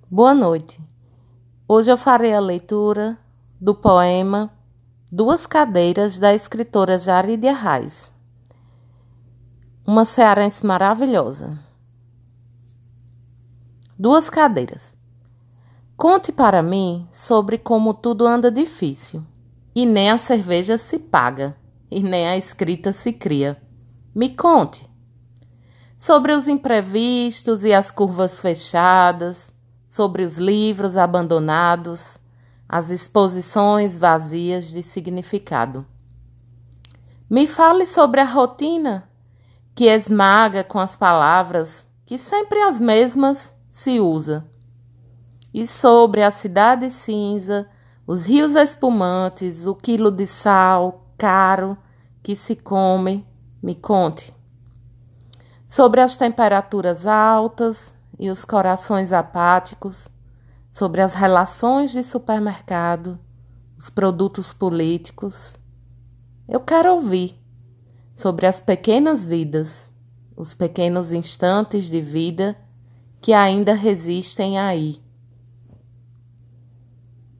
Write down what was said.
Boa noite. Hoje eu farei a leitura do poema Duas Cadeiras, da escritora Jarídia Reis, uma cearense maravilhosa. Duas cadeiras. Conte para mim sobre como tudo anda difícil, e nem a cerveja se paga, e nem a escrita se cria. Me conte sobre os imprevistos e as curvas fechadas, sobre os livros abandonados, as exposições vazias de significado. Me fale sobre a rotina que esmaga com as palavras que sempre as mesmas se usa. E sobre a cidade cinza, os rios espumantes, o quilo de sal caro que se come, me conte. Sobre as temperaturas altas e os corações apáticos, sobre as relações de supermercado, os produtos políticos. Eu quero ouvir sobre as pequenas vidas, os pequenos instantes de vida que ainda resistem aí.